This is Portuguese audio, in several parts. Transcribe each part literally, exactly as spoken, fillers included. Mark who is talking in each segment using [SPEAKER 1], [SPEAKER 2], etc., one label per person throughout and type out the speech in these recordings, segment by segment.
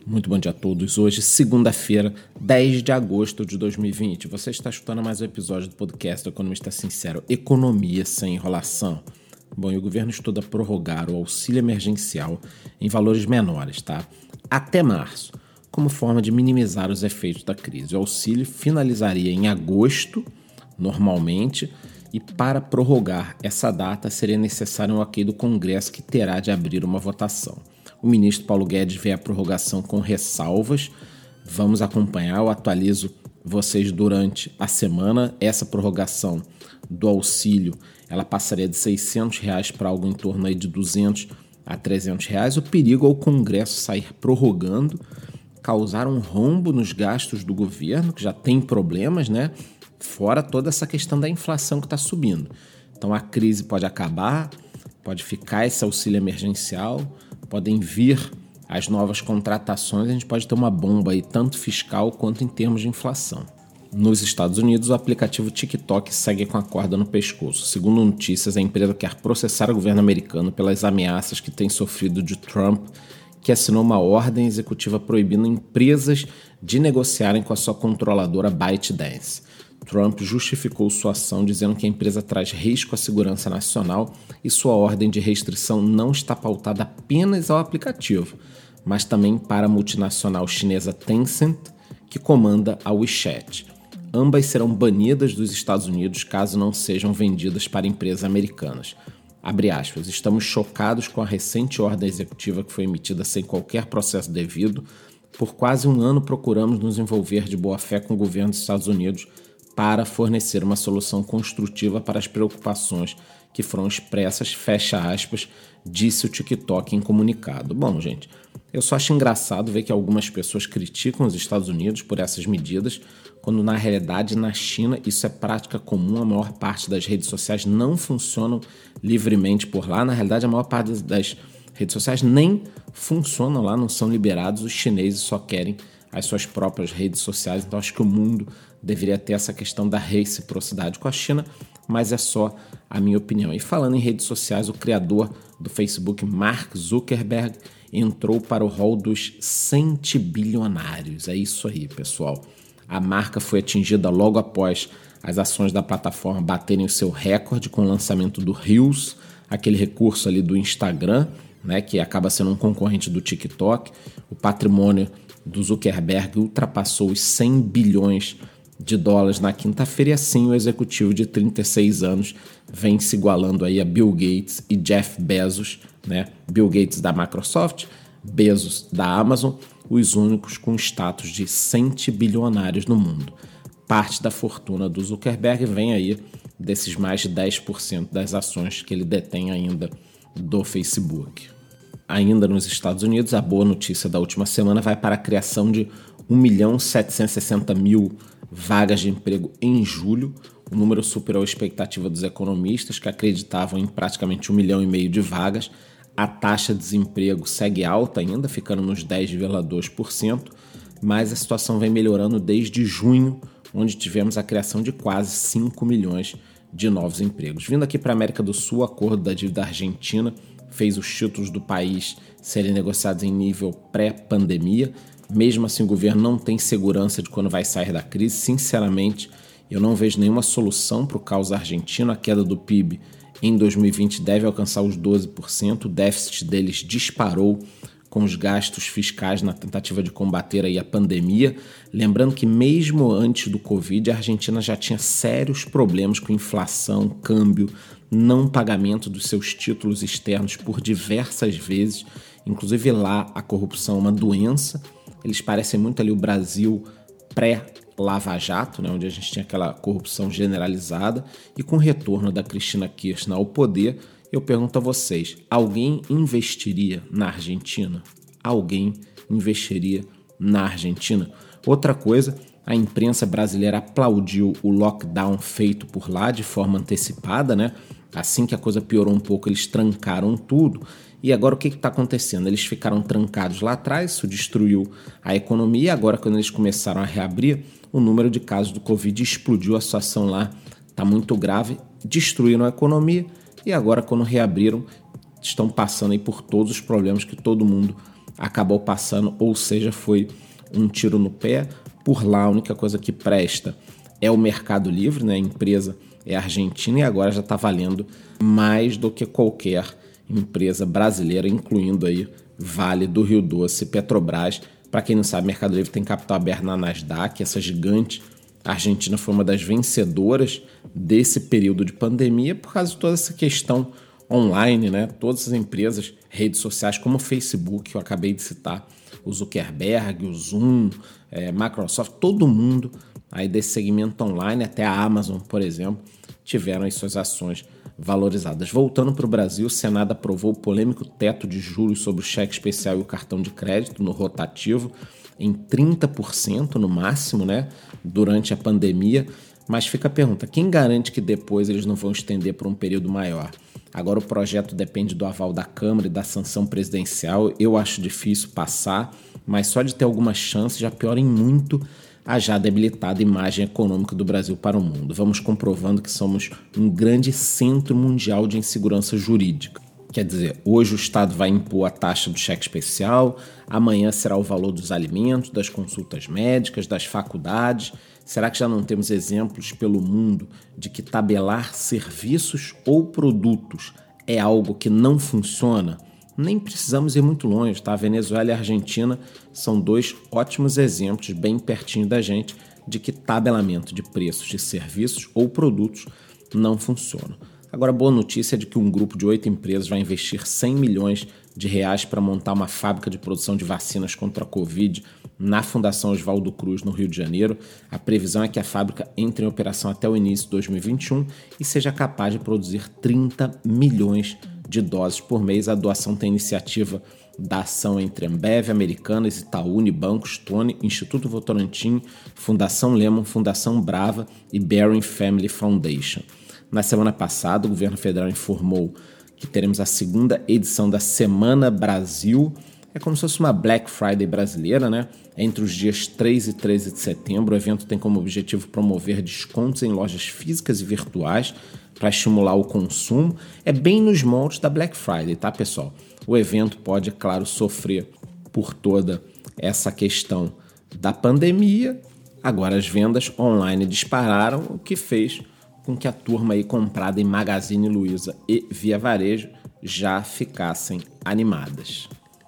[SPEAKER 1] Muito bom dia a todos. Hoje, segunda-feira, dez de agosto de dois mil e vinte. Você está escutando mais um episódio do podcast do Economista Sincero, Economia Sem Enrolação. Bom, e o governo estuda prorrogar o auxílio emergencial em valores menores, tá? Até março, como forma de minimizar os efeitos da crise. O auxílio finalizaria em agosto, normalmente, e para prorrogar essa data seria necessário um ok do Congresso, que terá de abrir uma votação. O ministro Paulo Guedes vê a prorrogação com ressalvas. Vamos acompanhar, eu atualizo vocês durante a semana. Essa prorrogação do auxílio, ela passaria de seiscentos reais para algo em torno aí de duzentos a trezentos reais. O perigo é o Congresso sair prorrogando, causar um rombo nos gastos do governo, que já tem problemas, né? Fora toda essa questão da inflação que está subindo. Então a crise pode acabar, pode ficar esse auxílio emergencial, podem vir as novas contratações, a gente pode ter uma bomba aí, tanto fiscal quanto em termos de inflação. Nos Estados Unidos, o aplicativo TikTok segue com a corda no pescoço. Segundo notícias, a empresa quer processar o governo americano pelas ameaças que tem sofrido de Trump, que assinou uma ordem executiva proibindo empresas de negociarem com a sua controladora ByteDance. Trump justificou sua ação dizendo que a empresa traz risco à segurança nacional e sua ordem de restrição não está pautada apenas ao aplicativo, mas também para a multinacional chinesa Tencent, que comanda a WeChat. Ambas serão banidas dos Estados Unidos caso não sejam vendidas para empresas americanas. Abre aspas, estamos chocados com a recente ordem executiva que foi emitida sem qualquer processo devido. Por quase um ano procuramos nos envolver de boa fé com o governo dos Estados Unidos para fornecer uma solução construtiva para as preocupações que foram expressas, fecha aspas, disse o TikTok em comunicado. Bom, gente, eu só acho engraçado ver que algumas pessoas criticam os Estados Unidos por essas medidas, quando na realidade na China isso é prática comum, a maior parte das redes sociais não funcionam livremente por lá, na realidade a maior parte das redes sociais nem funcionam lá, não são liberados, os chineses só querem as suas próprias redes sociais, então acho que o mundo deveria ter essa questão da reciprocidade com a China, mas é só a minha opinião. E falando em redes sociais, o criador do Facebook, Mark Zuckerberg, entrou para o hall dos centibilionários. É isso aí, pessoal. A marca foi atingida logo após as ações da plataforma baterem o seu recorde com o lançamento do Reels, aquele recurso ali do Instagram, né, que acaba sendo um concorrente do TikTok. O patrimônio do Zuckerberg ultrapassou os cem bilhões de dólares na quinta-feira, e assim o executivo de trinta e seis anos vem se igualando aí a Bill Gates e Jeff Bezos, né? Bill Gates da Microsoft, Bezos da Amazon, os únicos com status de centibilionários no mundo. Parte da fortuna do Zuckerberg vem aí desses mais de dez por cento das ações que ele detém ainda do Facebook. Ainda nos Estados Unidos, a boa notícia da última semana vai para a criação de um milhão setecentos e sessenta mil vagas de emprego em julho. O número superou a expectativa dos economistas, que acreditavam em praticamente um milhão e meio de vagas. A taxa de desemprego segue alta ainda, ficando nos dez vírgula dois por cento, mas a situação vem melhorando desde junho, onde tivemos a criação de quase cinco milhões de novos empregos. Vindo aqui para a América do Sul, o acordo da dívida argentina fez os títulos do país serem negociados em nível pré-pandemia. Mesmo assim, o governo não tem segurança de quando vai sair da crise. Sinceramente, eu não vejo nenhuma solução para o caos argentino. A queda do P I B em dois mil e vinte deve alcançar os doze por cento. O déficit deles disparou com os gastos fiscais na tentativa de combater aí a pandemia. Lembrando que mesmo antes do Covid, a Argentina já tinha sérios problemas com inflação, câmbio, não pagamento dos seus títulos externos por diversas vezes. Inclusive lá a corrupção é uma doença. Eles parecem muito ali o Brasil pré-Lava Jato, né, onde a gente tinha aquela corrupção generalizada. E com o retorno da Cristina Kirchner ao poder, eu pergunto a vocês, alguém investiria na Argentina? Alguém investiria na Argentina? Outra coisa, a imprensa brasileira aplaudiu o lockdown feito por lá de forma antecipada, né? Assim que a coisa piorou um pouco, eles trancaram tudo. E agora o que está acontecendo? Eles ficaram trancados lá atrás, isso destruiu a economia, e agora quando eles começaram a reabrir, o número de casos do Covid explodiu, a situação lá está muito grave, destruíram a economia, e agora quando reabriram, estão passando aí por todos os problemas que todo mundo acabou passando, ou seja, foi um tiro no pé. Por lá, a única coisa que presta é o Mercado Livre, né? A empresa é argentina e agora já está valendo mais do que qualquer empresa brasileira, incluindo aí Vale do Rio Doce, Petrobras. Para quem não sabe, Mercado Livre tem capital aberto na Nasdaq, essa gigante. A Argentina foi uma das vencedoras desse período de pandemia por causa de toda essa questão online, né? Todas as empresas, redes sociais como o Facebook, que eu acabei de citar, o Zuckerberg, o Zoom, é, Microsoft, todo mundo aí desse segmento online, até a Amazon, por exemplo, tiveram as suas ações valorizadas. Voltando para o Brasil, o Senado aprovou o polêmico teto de juros sobre o cheque especial e o cartão de crédito no rotativo em trinta por cento no máximo, né, durante a pandemia. Mas fica a pergunta, quem garante que depois eles não vão estender por um período maior? Agora o projeto depende do aval da Câmara e da sanção presidencial. Eu acho difícil passar, mas só de ter alguma chance já piora em muito a já debilitada imagem econômica do Brasil para o mundo. Vamos comprovando que somos um grande centro mundial de insegurança jurídica. Quer dizer, hoje o Estado vai impor a taxa do cheque especial, amanhã será o valor dos alimentos, das consultas médicas, das faculdades. Será que já não temos exemplos pelo mundo de que tabelar serviços ou produtos é algo que não funciona? Nem precisamos ir muito longe, tá? A Venezuela e a Argentina são dois ótimos exemplos, bem pertinho da gente, de que tabelamento de preços de serviços ou produtos não funciona. Agora, a boa notícia é de que um grupo de oito empresas vai investir cem milhões de reais para montar uma fábrica de produção de vacinas contra a Covid na Fundação Oswaldo Cruz, no Rio de Janeiro. A previsão é que a fábrica entre em operação até o início de dois mil e vinte e um e seja capaz de produzir trinta milhões de doses por mês. A doação tem iniciativa da ação entre Ambev, Americanas, Itaú, Unibanco, Stone, Instituto Votorantim, Fundação Lemon, Fundação Brava e Barron Family Foundation. Na semana passada, o governo federal informou que teremos a segunda edição da Semana Brasil. É como se fosse uma Black Friday brasileira, né? Entre os dias três e treze de setembro, o evento tem como objetivo promover descontos em lojas físicas e virtuais para estimular o consumo. É bem nos moldes da Black Friday, tá, pessoal? O evento pode, é claro, sofrer por toda essa questão da pandemia. Agora as vendas online dispararam, o que fez com que a turma aí comprada em Magazine Luiza e Via Varejo já ficassem animadas.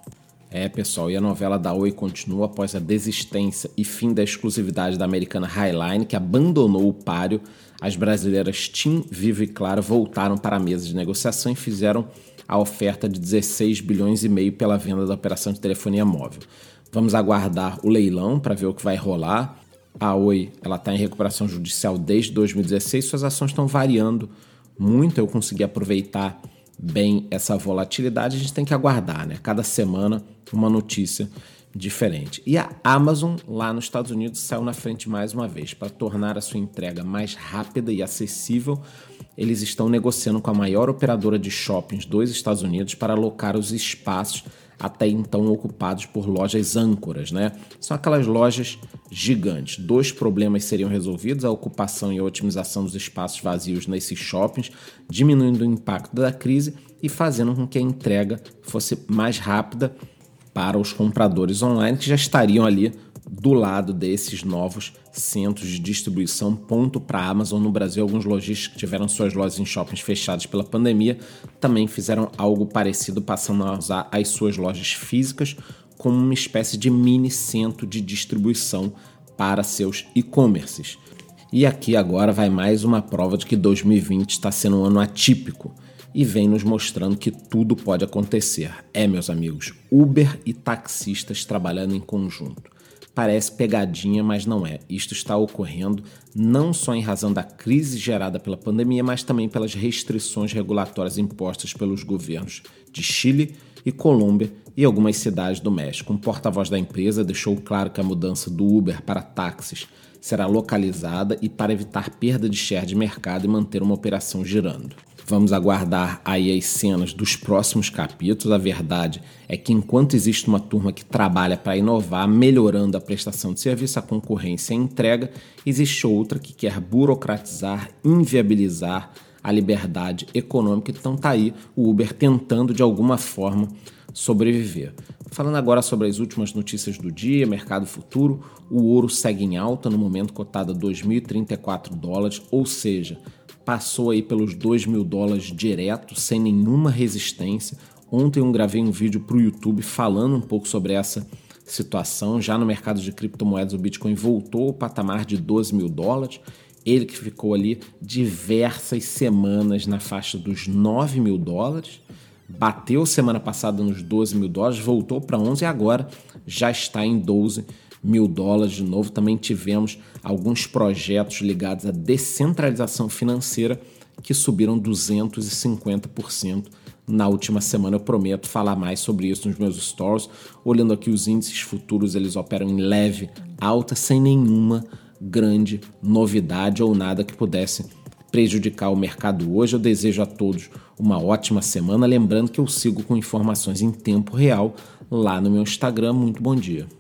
[SPEAKER 1] É, pessoal, e a novela da Oi continua após a desistência e fim da exclusividade da americana Highline, que abandonou o páreo. As brasileiras TIM, Vivo e Claro voltaram para a mesa de negociação e fizeram a oferta de dezesseis bilhões e meio pela venda da operação de telefonia móvel. Vamos aguardar o leilão para ver o que vai rolar. A Oi está em recuperação judicial desde dois mil e dezesseis, suas ações estão variando muito. Eu consegui aproveitar bem essa volatilidade, a gente tem que aguardar, né? Cada semana uma notícia diferente. E a Amazon, lá nos Estados Unidos, saiu na frente mais uma vez. Para tornar a sua entrega mais rápida e acessível, eles estão negociando com a maior operadora de shoppings dos Estados Unidos para alocar os espaços até então ocupados por lojas âncoras, né? São aquelas lojas gigantes. Dois problemas seriam resolvidos: a ocupação e a otimização dos espaços vazios nesses shoppings, diminuindo o impacto da crise e fazendo com que a entrega fosse mais rápida para os compradores online, que já estariam ali do lado desses novos centros de distribuição. Ponto para a Amazon. No Brasil, alguns lojistas que tiveram suas lojas em shoppings fechadas pela pandemia também fizeram algo parecido, passando a usar as suas lojas físicas como uma espécie de mini centro de distribuição para seus e-commerces. E aqui agora vai mais uma prova de que dois mil e vinte está sendo um ano atípico e vem nos mostrando que tudo pode acontecer. É, meus amigos, Uber e taxistas trabalhando em conjunto. Parece pegadinha, mas não é. Isto está ocorrendo não só em razão da crise gerada pela pandemia, mas também pelas restrições regulatórias impostas pelos governos de Chile e Colômbia e algumas cidades do México. Um porta-voz da empresa deixou claro que a mudança do Uber para táxis será localizada e para evitar perda de share de mercado e manter uma operação girando. Vamos aguardar aí as cenas dos próximos capítulos. A verdade é que enquanto existe uma turma que trabalha para inovar, melhorando a prestação de serviço, a concorrência e a entrega, existe outra que quer burocratizar, inviabilizar a liberdade econômica. Então tá aí o Uber tentando de alguma forma sobreviver. Falando agora sobre as últimas notícias do dia, mercado futuro, o ouro segue em alta, no momento cotado a dois mil e trinta e quatro dólares, ou seja, passou aí pelos dois mil dólares direto, sem nenhuma resistência. Ontem eu gravei um vídeo para o YouTube falando um pouco sobre essa situação. Já no mercado de criptomoedas, o Bitcoin voltou ao patamar de doze mil dólares, ele que ficou ali diversas semanas na faixa dos nove mil dólares, bateu semana passada nos doze mil dólares, voltou para onze e agora já está em doze mil dólares de novo. Também tivemos alguns projetos ligados à descentralização financeira que subiram duzentos e cinquenta por cento na última semana. Eu prometo falar mais sobre isso nos meus stories. Olhando aqui os índices futuros, eles operam em leve alta, sem nenhuma grande novidade ou nada que pudesse prejudicar o mercado hoje. Eu desejo a todos uma ótima semana, lembrando que eu sigo com informações em tempo real lá no meu Instagram. Muito bom dia.